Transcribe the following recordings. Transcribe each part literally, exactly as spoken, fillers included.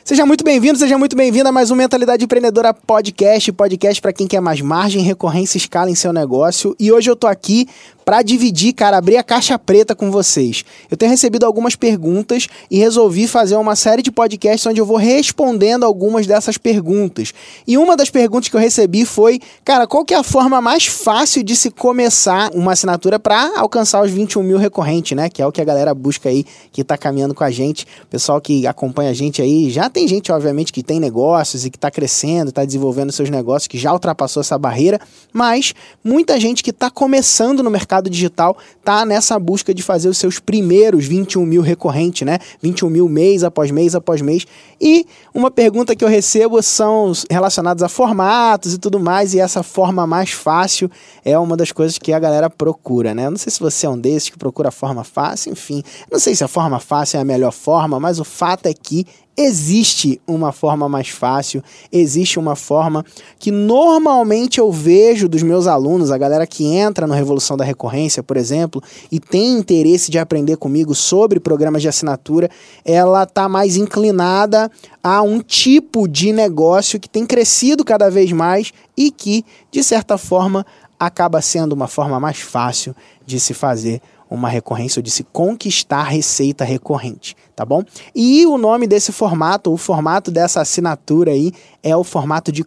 Seja muito bem-vindo, seja muito bem-vinda a mais um Mentalidade Empreendedora Podcast, podcast para quem quer mais margem, recorrência e escala em seu negócio. E hoje eu tô aqui para dividir, cara, abrir a caixa preta com vocês. Eu tenho recebido algumas perguntas e resolvi fazer uma série de podcasts onde eu vou respondendo algumas dessas perguntas. E uma das perguntas que eu recebi foi, cara, qual que é a forma mais fácil de se começar uma assinatura para alcançar os vinte e um mil recorrentes, né? Que é o que a galera busca aí, que tá caminhando com a gente. O pessoal que acompanha a gente aí, já tem gente, obviamente, que tem negócios e que tá crescendo, tá desenvolvendo seus negócios, que já ultrapassou essa barreira, mas muita gente que tá começando no mercado digital tá nessa busca de fazer os seus primeiros vinte e um mil recorrentes, né? vinte e um mil mês após mês após mês. E uma pergunta que eu recebo são relacionadas a formatos e tudo mais, e essa forma mais fácil é uma das coisas que a galera procura, né? Eu não sei se você é um desses que procura a forma fácil, enfim, não sei se a forma fácil é a melhor forma, mas o fato é que existe uma forma mais fácil, existe uma forma que normalmente eu vejo dos meus alunos, a galera que entra no Revolução da Recorrência, por exemplo, e tem interesse de aprender comigo sobre programas de assinatura, ela está mais inclinada a um tipo de negócio que tem crescido cada vez mais e que, de certa forma, acaba sendo uma forma mais fácil de se fazer uma recorrência ou de se conquistar receita recorrente, tá bom? E o nome desse formato, o formato dessa assinatura aí, é o formato de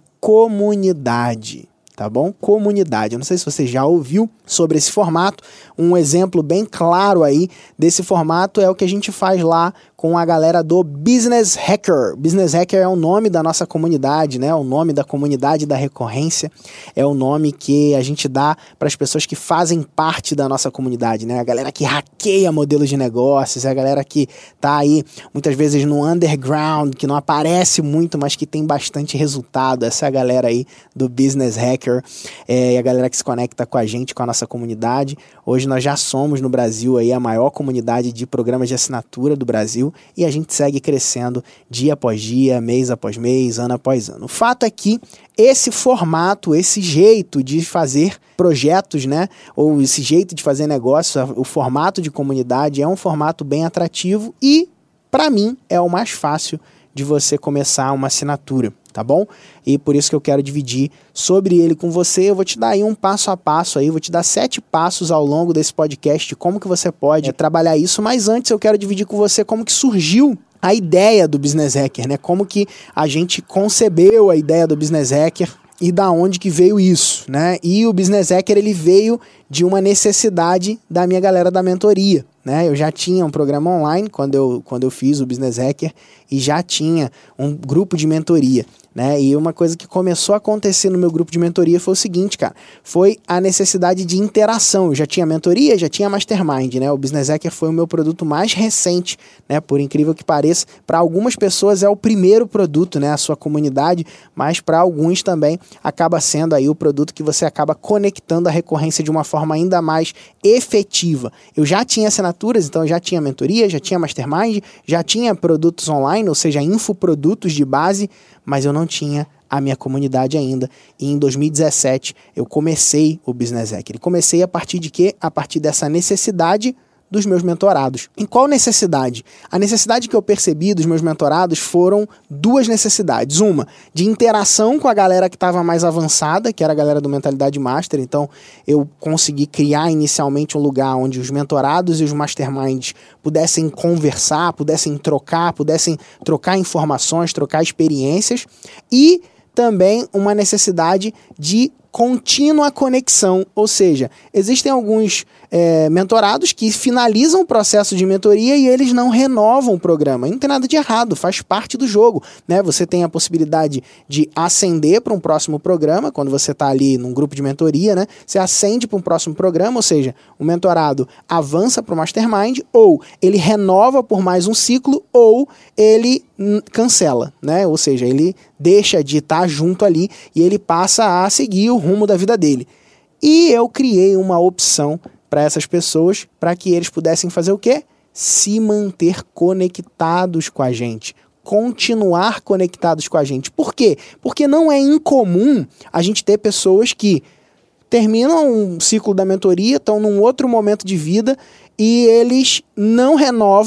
comunidade, tá bom? Comunidade. Eu não sei se você já ouviu sobre esse formato. Um exemplo bem claro aí desse formato é o que a gente faz lá com a galera do Business Hacker. Business Hacker é o nome da nossa comunidade, né? O nome da comunidade da recorrência é o nome que a gente dá para as pessoas que fazem parte da nossa comunidade, né? A galera que hackeia modelos de negócios, é a galera que tá aí muitas vezes no underground, que não aparece muito, mas que tem bastante resultado. Essa é a galera aí do Business Hacker, é a galera que se conecta com a gente, com a nossa comunidade. Hoje nós já somos no Brasil aí a maior comunidade de programas de assinatura do Brasil, e a gente segue crescendo dia após dia, mês após mês, ano após ano. O fato é que esse formato, esse jeito de fazer projetos, né, ou esse jeito de fazer negócio, o formato de comunidade é um formato bem atrativo e, para mim, é o mais fácil de você começar uma assinatura, tá bom? E por isso que eu quero dividir sobre ele com você. Eu vou te dar aí um passo a passo aí, vou te dar sete passos ao longo desse podcast de como que você pode é, trabalhar isso, mas antes eu quero dividir com você como que surgiu a ideia do Business Hacker, né? Como que a gente concebeu a ideia do Business Hacker e da onde que veio isso, né? E o Business Hacker, ele veio de uma necessidade da minha galera da mentoria, né? Eu já tinha um programa online quando eu, quando eu fiz o Business Hacker e já tinha um grupo de mentoria, né? E uma coisa que começou a acontecer no meu grupo de mentoria foi o seguinte, cara, foi a necessidade de interação. Eu já tinha mentoria, já tinha mastermind, né? O Business Hacker foi o meu produto mais recente, né? Por incrível que pareça, para algumas pessoas é o primeiro produto, né? A sua comunidade, mas para alguns também acaba sendo aí o produto que você acaba conectando a recorrência de uma forma ainda mais efetiva. Eu já tinha assinaturas, então eu já tinha mentoria, já tinha mastermind, já tinha produtos online, ou seja, infoprodutos de base, mas eu não tinha a minha comunidade ainda. E em dois mil e dezessete eu comecei o Business Hacker. E comecei a partir de quê? A partir dessa necessidade dos meus mentorados. Em qual necessidade? A necessidade que eu percebi dos meus mentorados foram duas necessidades. Uma, de interação com a galera que estava mais avançada, que era a galera do Mentalidade Master. Então, eu consegui criar inicialmente um lugar onde os mentorados e os masterminds pudessem conversar, pudessem trocar, pudessem trocar informações, trocar experiências. E também uma necessidade de contínua conexão, ou seja, existem alguns é, mentorados que finalizam o processo de mentoria e eles não renovam o programa. E não tem nada de errado, faz parte do jogo, né? Você tem a possibilidade de ascender para um próximo programa, quando você está ali num grupo de mentoria, né? Você ascende para um próximo programa, ou seja, o mentorado avança para o mastermind, ou ele renova por mais um ciclo, ou ele cancela, né? Ou seja, ele deixa de estar junto ali e ele passa a seguir o rumo da vida dele. E eu criei uma opção para essas pessoas, para que eles pudessem fazer o quê? Se manter conectados com a gente, continuar conectados com a gente. Por quê? Porque não é incomum a gente ter pessoas que terminam um ciclo da mentoria, estão num outro momento de vida e eles não renovam,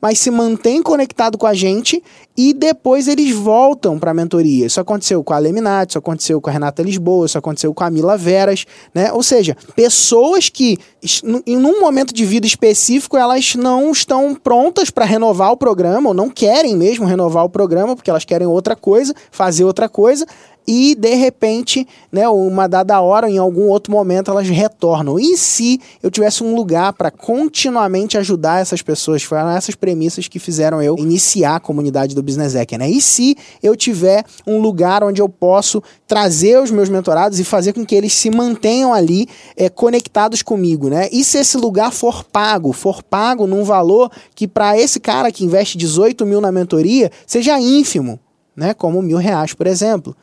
mas se mantêm conectados com a gente e depois eles voltam para a mentoria. Isso aconteceu com a Leminati, isso aconteceu com a Renata Lisboa, isso aconteceu com a Mila Veras, né? Ou seja, pessoas que em um momento de vida específico elas não estão prontas para renovar o programa, ou não querem mesmo renovar o programa, porque elas querem outra coisa, fazer outra coisa, e de repente, né, uma dada hora, em algum outro momento, elas retornam. E se eu tivesse um lugar para continuamente ajudar essas pessoas? Foram essas premissas que fizeram eu iniciar a comunidade do Business Hacker, né? E se eu tiver um lugar onde eu posso trazer os meus mentorados e fazer com que eles se mantenham ali é, conectados comigo, né? E se esse lugar for pago, for pago num valor que para esse cara que investe dezoito mil na mentoria, seja ínfimo, né? Como mil reais, por exemplo.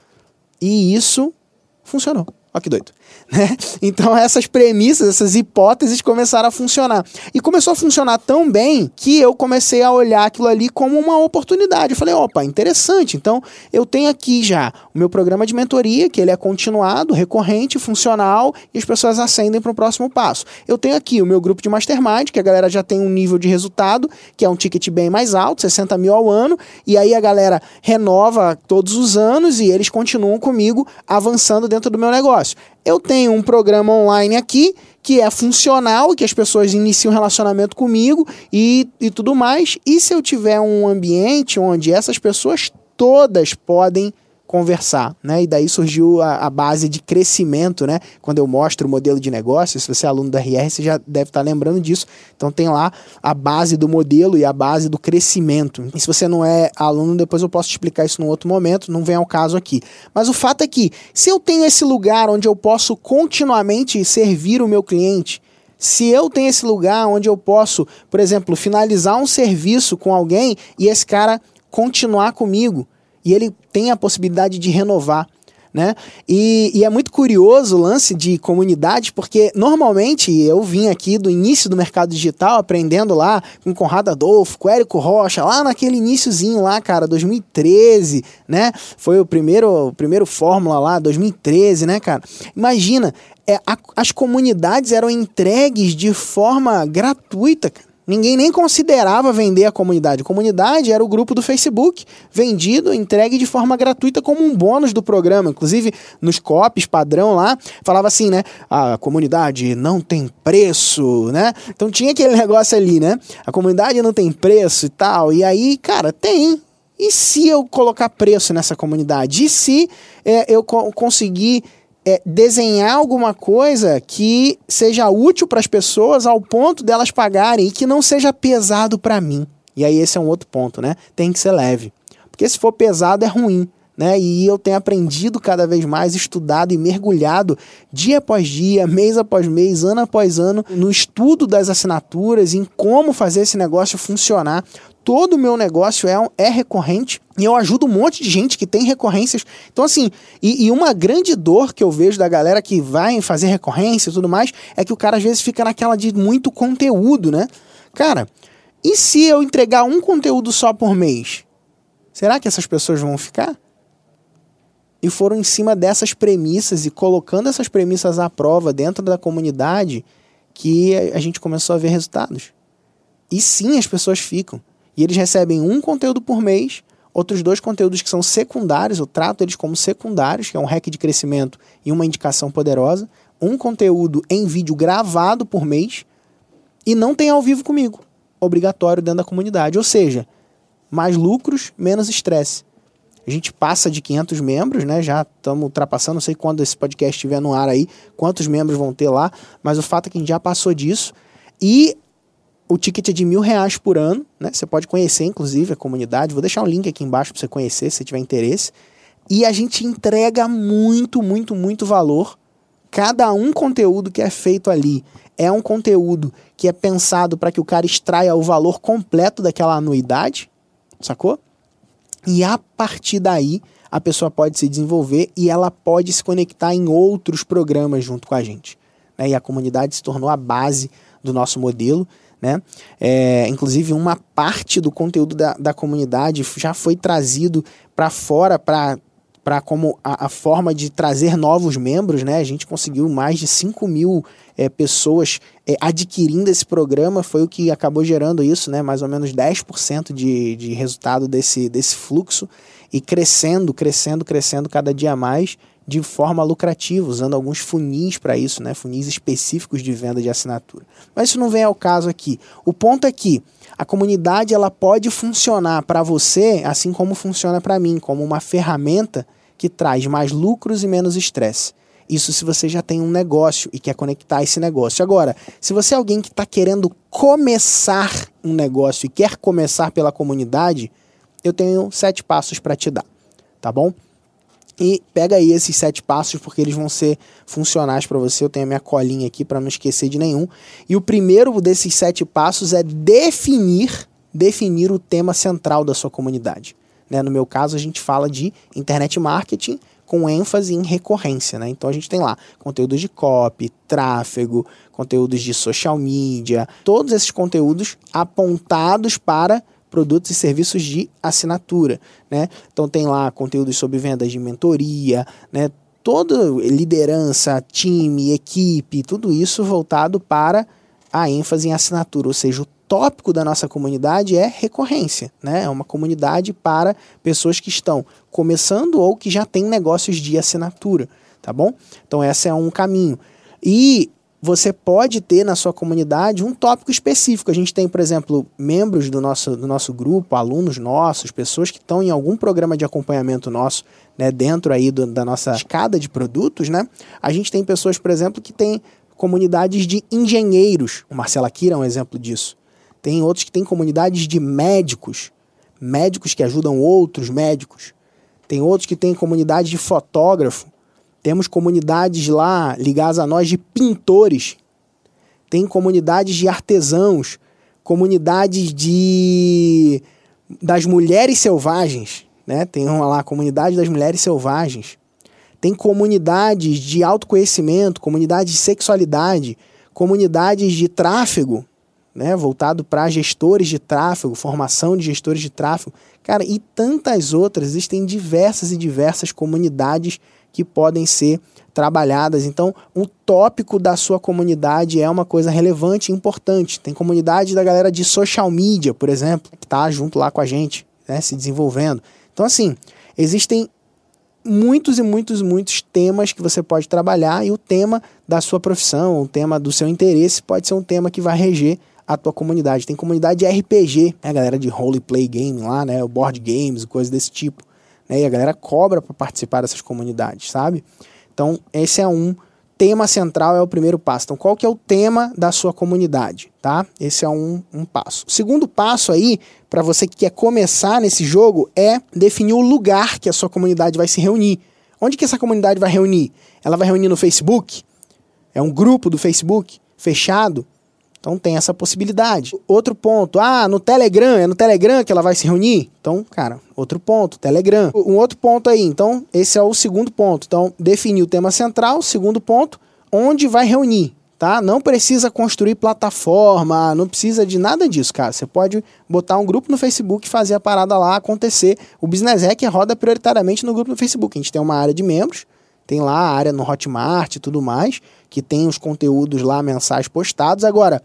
E isso funcionou. Olha que doido. Né? Então essas premissas, essas hipóteses começaram a funcionar. E começou a funcionar tão bem que eu comecei a olhar aquilo ali como uma oportunidade. Eu falei, opa, interessante. Então eu tenho aqui já o meu programa de mentoria, que ele é continuado, recorrente, funcional, e as pessoas ascendem para o próximo passo. Eu tenho aqui o meu grupo de mastermind, que a galera já tem um nível de resultado, que é um ticket bem mais alto, sessenta mil ao ano, e aí a galera renova todos os anos e eles continuam comigo avançando dentro do meu negócio. Eu tenho um programa online aqui que é funcional, que as pessoas iniciam um relacionamento comigo e, e tudo mais. E se eu tiver um ambiente onde essas pessoas todas podem conversar, né? E daí surgiu a, a base de crescimento, né? Quando eu mostro o modelo de negócio, se você é aluno da R R, você já deve estar lembrando disso. Então tem lá a base do modelo e a base do crescimento. E se você não é aluno, depois eu posso te explicar isso num outro momento, não vem ao caso aqui. Mas o fato é que, se eu tenho esse lugar onde eu posso continuamente servir o meu cliente, se eu tenho esse lugar onde eu posso, por exemplo, finalizar um serviço com alguém e esse cara continuar comigo, e ele tem a possibilidade de renovar, né? E, e é muito curioso o lance de comunidade, porque normalmente eu vim aqui do início do mercado digital, aprendendo lá com o Conrado Adolfo, com o Érico Rocha, lá naquele iniciozinho lá, cara, dois mil e treze, né? Foi o primeiro, o primeiro Fórmula lá, dois mil e treze, né, cara? Imagina, é, a, as comunidades eram entregues de forma gratuita, cara. Ninguém nem considerava vender a comunidade. A comunidade era o grupo do Facebook, vendido, entregue de forma gratuita como um bônus do programa. Inclusive, nos copies padrão lá, falava assim, né? A comunidade não tem preço, né? Então tinha aquele negócio ali, né? A comunidade não tem preço e tal. E aí, cara, tem. E se eu colocar preço nessa comunidade? E se é, eu co- conseguir... É, desenhar alguma coisa que seja útil para as pessoas ao ponto delas pagarem e que não seja pesado para mim. E aí esse é um outro ponto, né? Tem que ser leve. Porque se for pesado é ruim, né? E eu tenho aprendido cada vez mais, estudado e mergulhado dia após dia, mês após mês, ano após ano, no estudo das assinaturas, em como fazer esse negócio funcionar. Todo o meu negócio é, é recorrente e eu ajudo um monte de gente que tem recorrências. Então, assim, e, e uma grande dor que eu vejo da galera que vai fazer recorrência e tudo mais é que o cara às vezes fica naquela de muito conteúdo, né? Cara, e se eu entregar um conteúdo só por mês? Será que essas pessoas vão ficar? E foram em cima dessas premissas e colocando essas premissas à prova dentro da comunidade que a gente começou a ver resultados. E sim, as pessoas ficam. E eles recebem um conteúdo por mês, outros dois conteúdos que são secundários, eu trato eles como secundários, que é um hack de crescimento e uma indicação poderosa, um conteúdo em vídeo gravado por mês, e não tem ao vivo comigo, obrigatório dentro da comunidade. Ou seja, mais lucros, menos estresse. A gente passa de quinhentos membros, né? Já estamos ultrapassando, não sei quando esse podcast estiver no ar aí, quantos membros vão ter lá, mas o fato é que a gente já passou disso, e o ticket é de mil reais por ano, né? Você pode conhecer, inclusive, a comunidade. Vou deixar um link aqui embaixo para você conhecer, se tiver interesse. E a gente entrega muito, muito, muito valor. Cada um conteúdo que é feito ali é um conteúdo que é pensado para que o cara extraia o valor completo daquela anuidade, sacou? E a partir daí, a pessoa pode se desenvolver e ela pode se conectar em outros programas junto com a gente, né? E a comunidade se tornou a base do nosso modelo, né? É, inclusive uma parte do conteúdo da, da comunidade já foi trazido para fora para para como a, a forma de trazer novos membros, né? A gente conseguiu mais de cinco mil é, pessoas é, adquirindo esse programa, foi o que acabou gerando isso, né? Mais ou menos dez por cento de, de resultado desse, desse fluxo, e crescendo, crescendo, crescendo cada dia mais, de forma lucrativa, usando alguns funis para isso, né? Funis específicos de venda de assinatura. Mas isso não vem ao caso aqui. O ponto é que a comunidade ela pode funcionar para você, assim como funciona para mim, como uma ferramenta que traz mais lucros e menos estresse. Isso se você já tem um negócio e quer conectar esse negócio. Agora, se você é alguém que está querendo começar um negócio e quer começar pela comunidade, eu tenho sete passos para te dar, tá bom? E pega aí esses sete passos, porque eles vão ser funcionais para você. Eu tenho a minha colinha aqui para não esquecer de nenhum. E o primeiro desses sete passos é definir, definir o tema central da sua comunidade. Né? No meu caso, a gente fala de internet marketing com ênfase em recorrência. Né? Então a gente tem lá conteúdos de copy, tráfego, conteúdos de social media, todos esses conteúdos apontados para produtos e serviços de assinatura, né? Então tem lá conteúdos sobre vendas de mentoria, né? Toda liderança, time, equipe, tudo isso voltado para a ênfase em assinatura, ou seja, o tópico da nossa comunidade é recorrência, né? É uma comunidade para pessoas que estão começando ou que já têm negócios de assinatura, tá bom? Então esse é um caminho. E você pode ter na sua comunidade um tópico específico. A gente tem, por exemplo, membros do nosso, do nosso grupo, alunos nossos, pessoas que estão em algum programa de acompanhamento nosso, né, dentro aí do, da nossa escada de produtos, né? A gente tem pessoas, por exemplo, que têm comunidades de engenheiros. O Marcelo Akira é um exemplo disso. Tem outros que têm comunidades de médicos, médicos que ajudam outros médicos. Tem outros que têm comunidade de fotógrafo. Temos comunidades lá ligadas a nós de pintores. Tem comunidades de artesãos. Comunidades de das mulheres selvagens. Né? Tem uma lá, comunidade das mulheres selvagens. Tem comunidades de autoconhecimento, comunidades de sexualidade, comunidades de tráfego, né? Voltado para gestores de tráfego, formação de gestores de tráfego. Cara, e tantas outras. Existem diversas e diversas comunidades que podem ser trabalhadas. Então, o tópico da sua comunidade é uma coisa relevante e importante. Tem comunidade da galera de social media, por exemplo, que está junto lá com a gente, né, se desenvolvendo. Então, assim, existem muitos e muitos, muitos temas que você pode trabalhar, e o tema da sua profissão, o tema do seu interesse pode ser um tema que vai reger a tua comunidade. Tem comunidade de R P G, né, a galera de roleplay game lá, né, board games, coisas desse tipo. Né, e a galera cobra para participar dessas comunidades, sabe? Então, esse é um tema central, é o primeiro passo. Então, qual que é o tema da sua comunidade, tá? Esse é um, um passo. O segundo passo aí, para você que quer começar nesse jogo, é definir o lugar que a sua comunidade vai se reunir. Onde que essa comunidade vai reunir? Ela vai reunir no Facebook? É um grupo do Facebook fechado? Então tem essa possibilidade. Outro ponto, ah, no Telegram, é no Telegram que ela vai se reunir? Então, cara, outro ponto, Telegram. Um outro ponto aí, então, esse é o segundo ponto. Então, definir o tema central, segundo ponto, onde vai reunir, tá? Não precisa construir plataforma, não precisa de nada disso, cara. Você pode botar um grupo no Facebook e fazer a parada lá acontecer. O Business Hack roda prioritariamente no grupo no Facebook. A gente tem uma área de membros, tem lá a área no Hotmart e tudo mais, que tem os conteúdos lá mensais postados. Agora,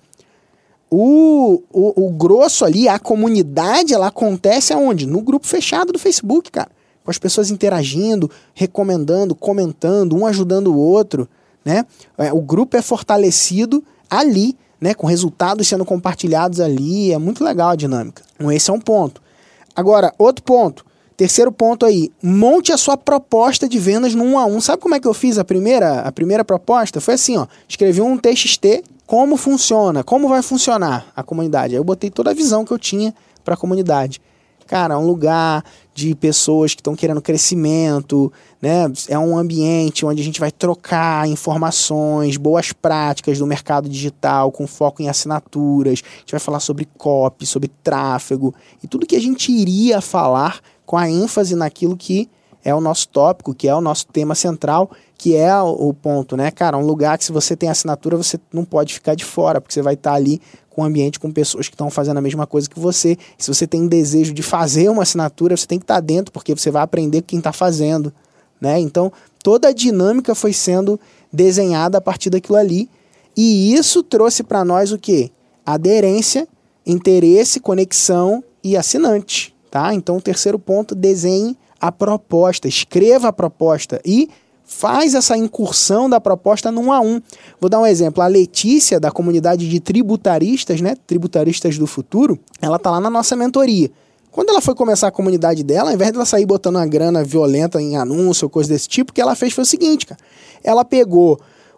o, o, o grosso ali, a comunidade, ela acontece aonde? No grupo fechado do Facebook, cara. Com as pessoas interagindo, recomendando, comentando, um ajudando o outro, né? O grupo é fortalecido ali, né? Com resultados sendo compartilhados ali. É muito legal a dinâmica. Então, esse é um ponto. Agora, outro ponto. Terceiro ponto aí, monte a sua proposta de vendas no um a um. Sabe como é que eu fiz a primeira, a primeira proposta? Foi assim, ó, escrevi um T X T, como funciona, como vai funcionar a comunidade. Aí eu botei toda a visão que eu tinha para a comunidade. Cara, é um lugar de pessoas que estão querendo crescimento, né? É um ambiente onde a gente vai trocar informações, boas práticas do mercado digital, com foco em assinaturas. A gente vai falar sobre copy, sobre tráfego e tudo que a gente iria falar com a ênfase naquilo que é o nosso tópico, que é o nosso tema central, que é o ponto, né, cara? Um lugar que, se você tem assinatura, você não pode ficar de fora, porque você vai estar ali com um ambiente com pessoas que estão fazendo a mesma coisa que você. Se você tem desejo de fazer uma assinatura, você tem que estar dentro, porque você vai aprender com quem está fazendo, né? Então, toda a dinâmica foi sendo desenhada a partir daquilo ali. E isso trouxe para nós o quê? Aderência, interesse, conexão e assinante, tá? Então, o terceiro ponto, desenhe a proposta, escreva a proposta e faz essa incursão da proposta num a um. Vou dar um exemplo. A Letícia, da comunidade de tributaristas, né? Tributaristas do futuro, ela tá lá na nossa mentoria. Quando ela foi começar a comunidade dela, ao invés de ela sair botando uma grana violenta em anúncio ou coisa desse tipo, o que ela fez foi o seguinte, cara. Ela pegou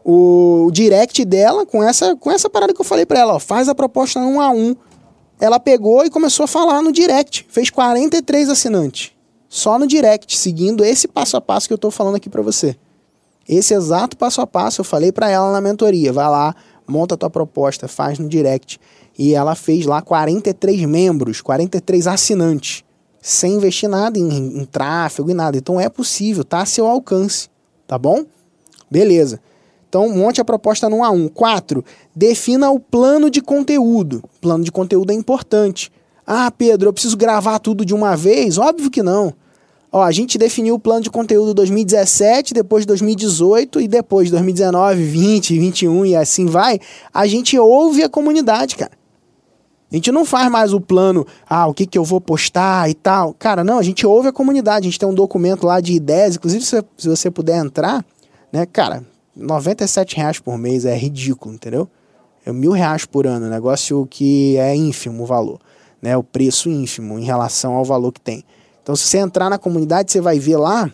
o direct dela com essa, com essa parada que eu falei pra ela, ó, faz a proposta um a um. Ela pegou e começou a falar no direct. Fez quarenta e três assinantes. Só no direct, seguindo esse passo a passo que eu tô falando aqui pra você. Esse exato passo a passo eu falei pra ela na mentoria. Vai lá, monta a tua proposta, faz no direct. E ela fez lá quarenta e três membros, quarenta e três assinantes, sem investir nada em, em tráfego e nada. Então é possível, tá a seu alcance, tá bom? Beleza. Então monte a proposta no um a um. Quatro, defina o plano de conteúdo. Plano de conteúdo é importante. Ah, Pedro, eu preciso gravar tudo de uma vez? Óbvio que não. Ó, a gente definiu o plano de conteúdo dois mil e dezessete, depois dois mil e dezoito e depois dois mil e dezenove, vinte, vinte e um e assim vai. A gente ouve a comunidade, cara. A gente não faz mais o plano, ah, o que que eu vou postar e tal. Cara, não, a gente ouve a comunidade. A gente tem um documento lá de ideias, inclusive se, se você puder entrar, né, cara, noventa e sete reais por mês é ridículo, entendeu? É mil reais por ano, negócio que é ínfimo o valor, né? O preço ínfimo em relação ao valor que tem. Então, se você entrar na comunidade, você vai ver lá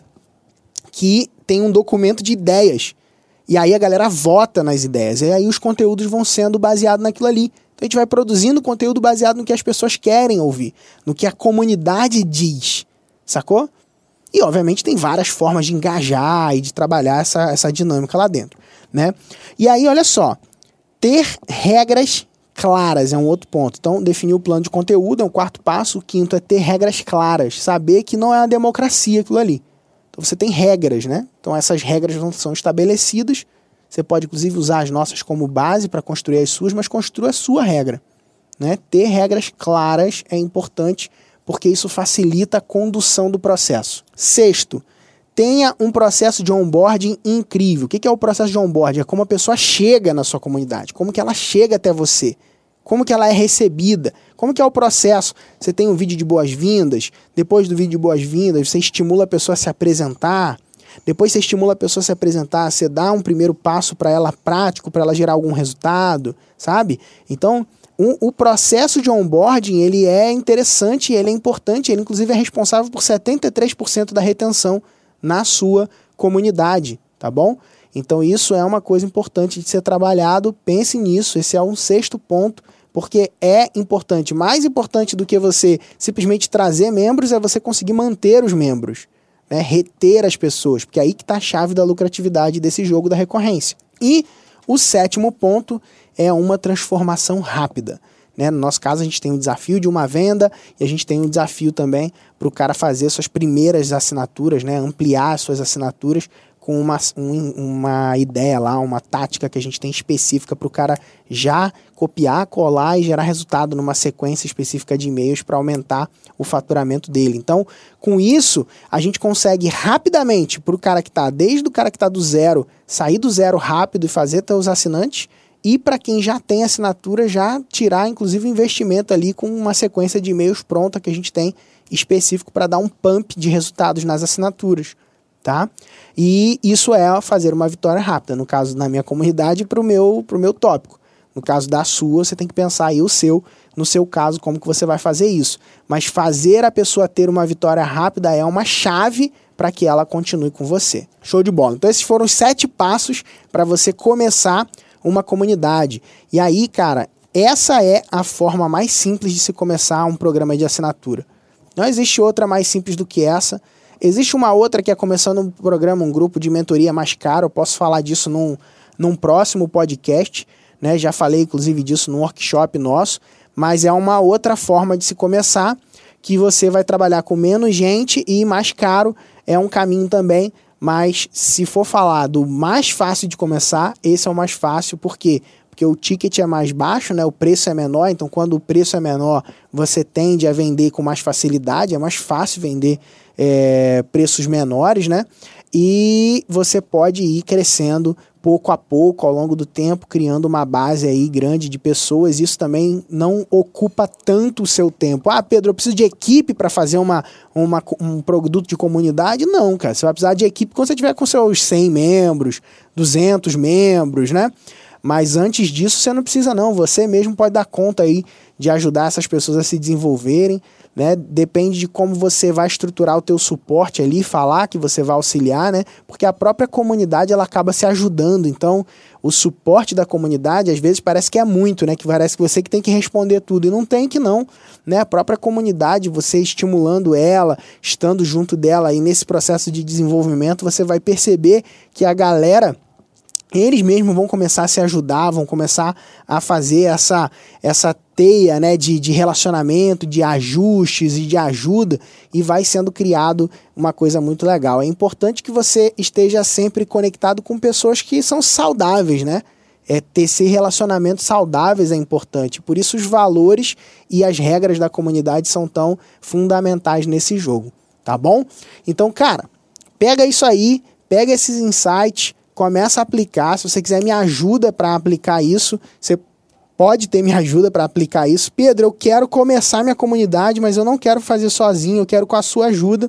que tem um documento de ideias. E aí a galera vota nas ideias. E aí os conteúdos vão sendo baseados naquilo ali. Então a gente vai produzindo conteúdo baseado no que as pessoas querem ouvir, no que a comunidade diz, sacou? E obviamente tem várias formas de engajar e de trabalhar essa, essa dinâmica lá dentro, né? E aí, olha só, ter regras claras é um outro ponto. Então, definir o plano de conteúdo é um quarto passo. O quinto é ter regras claras, saber que não é uma democracia aquilo ali. Então você tem regras, né? Então essas regras não são estabelecidas. Você pode, inclusive, usar as nossas como base para construir as suas, mas construa a sua regra, né? Ter regras claras é importante, porque isso facilita a condução do processo. Sexto, tenha um processo de onboarding incrível. O que é o processo de onboarding? É como a pessoa chega na sua comunidade, como que ela chega até você, como que ela é recebida, como que é o processo. Você tem um vídeo de boas-vindas, depois do vídeo de boas-vindas, você estimula a pessoa a se apresentar, depois você estimula a pessoa a se apresentar, você dá um primeiro passo para ela prático, para ela gerar algum resultado, sabe? Então, um, o processo de onboarding, ele é interessante, ele é importante, ele inclusive é responsável por setenta e três por cento da retenção na sua comunidade, tá bom? Então isso é uma coisa importante de ser trabalhado, pense nisso, esse é um sexto ponto, porque é importante. Mais importante do que você simplesmente trazer membros é você conseguir manter os membros, né? Reter as pessoas, porque é aí que está a chave da lucratividade desse jogo da recorrência. E o sétimo ponto é uma transformação rápida, né? No nosso caso, a gente tem um desafio de uma venda e a gente tem um desafio também para o cara fazer suas primeiras assinaturas, né? Ampliar suas assinaturas com uma, um, uma ideia lá, uma tática que a gente tem específica para o cara já copiar, colar e gerar resultado numa sequência específica de e-mails para aumentar o faturamento dele. Então, com isso, a gente consegue rapidamente para o cara que está, desde o cara que está do zero, sair do zero rápido e fazer até os assinantes, e para quem já tem assinatura, já tirar, inclusive, investimento ali com uma sequência de e-mails pronta que a gente tem específico para dar um pump de resultados nas assinaturas, tá? E isso é fazer uma vitória rápida, no caso, na minha comunidade, para o meu, pro meu tópico. No caso da sua, você tem que pensar aí o seu, no seu caso, como que você vai fazer isso. Mas fazer a pessoa ter uma vitória rápida é uma chave para que ela continue com você. Show de bola. Então esses foram os sete passos para você começar uma comunidade. E aí, cara, essa é a forma mais simples de se começar um programa de assinatura. Não existe outra mais simples do que essa. Existe uma outra que é começando um programa, um grupo de mentoria mais caro. Eu posso falar disso num, num próximo podcast, né? Já falei, inclusive, disso num workshop nosso. Mas é uma outra forma de se começar, que você vai trabalhar com menos gente e mais caro. É um caminho também. Mas se for falar do mais fácil de começar, esse é o mais fácil. Por quê? Porque o ticket é mais baixo, né? O preço é menor. Então, quando o preço é menor, você tende a vender com mais facilidade. É mais fácil vender é, preços menores, né? e você pode ir crescendo pouco a pouco, ao longo do tempo, criando uma base aí grande de pessoas. Isso também não ocupa tanto o seu tempo. Ah, Pedro, eu preciso de equipe para fazer uma, uma, um produto de comunidade? Não, cara. Você vai precisar de equipe quando você tiver com seus cem membros, duzentos membros, né? Mas antes disso, você não precisa não. Você mesmo pode dar conta aí de ajudar essas pessoas a se desenvolverem, né? Depende de como você vai estruturar o teu suporte ali, falar que você vai auxiliar, né? Porque a própria comunidade, ela acaba se ajudando. Então, o suporte da comunidade, às vezes, parece que é muito, né? Que parece que você que tem que responder tudo. E não tem que não, né? A própria comunidade, você estimulando ela, estando junto dela aí nesse processo de desenvolvimento, você vai perceber que a galera, eles mesmos vão começar a se ajudar, vão começar a fazer essa, essa teia, né, de, de relacionamento, de ajustes e de ajuda, e vai sendo criado uma coisa muito legal. É importante que você esteja sempre conectado com pessoas que são saudáveis, né? É, ter esse relacionamentos saudáveis é importante. Por isso os valores e as regras da comunidade são tão fundamentais nesse jogo, tá bom? Então, cara, pega isso aí, pega esses insights, começa a aplicar. Se você quiser me ajuda para aplicar isso, você pode ter minha ajuda para aplicar isso. Pedro, eu quero começar minha comunidade, mas eu não quero fazer sozinho, eu quero com a sua ajuda.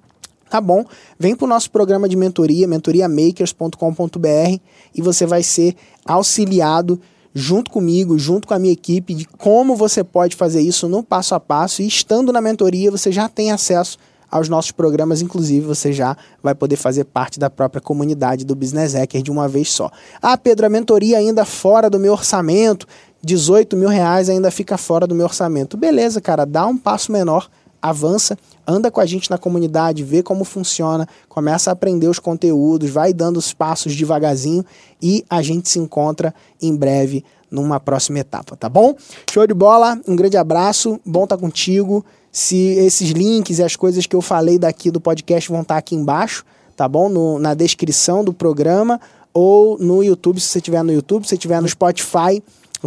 Tá bom? Vem para o nosso programa de mentoria, mentoria makers ponto com ponto b r, e você vai ser auxiliado junto comigo, junto com a minha equipe, de como você pode fazer isso no passo a passo. E estando na mentoria, você já tem acesso aos nossos programas, inclusive você já vai poder fazer parte da própria comunidade do Business Hacker de uma vez só. Ah, Pedro, a mentoria ainda fora do meu orçamento, dezoito mil reais ainda fica fora do meu orçamento. Beleza, cara, dá um passo menor, avança, anda com a gente na comunidade, vê como funciona, começa a aprender os conteúdos, vai dando os passos devagarzinho e a gente se encontra em breve numa próxima etapa, tá bom? Show de bola, um grande abraço, bom estar contigo. Se esses links e as coisas que eu falei daqui do podcast vão estar aqui embaixo, tá bom? No, na descrição do programa ou no YouTube, se você estiver no YouTube, se você estiver no Spotify,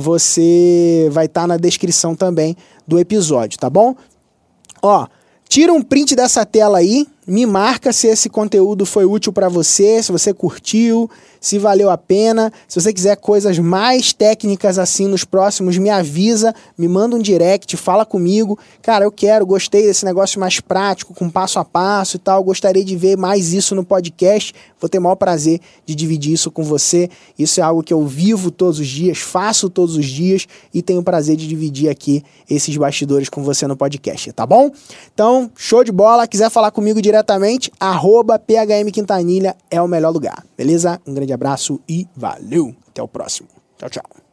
você vai estar na descrição também do episódio, tá bom? Ó, tira um print dessa tela aí, me marca se esse conteúdo foi útil para você, se você curtiu, se valeu a pena. Se você quiser coisas mais técnicas assim nos próximos, me avisa, me manda um direct, fala comigo. Cara, eu quero, gostei desse negócio mais prático, com passo a passo e tal, gostaria de ver mais isso no podcast. Vou ter o maior prazer de dividir isso com você. Isso é algo que eu vivo todos os dias, faço todos os dias e tenho o prazer de dividir aqui esses bastidores com você no podcast, tá bom? Então, show de bola. Quiser falar comigo diretamente, arroba P H M Quintanilha é o melhor lugar, beleza? Um grande abraço e valeu! Até o próximo. Tchau, tchau.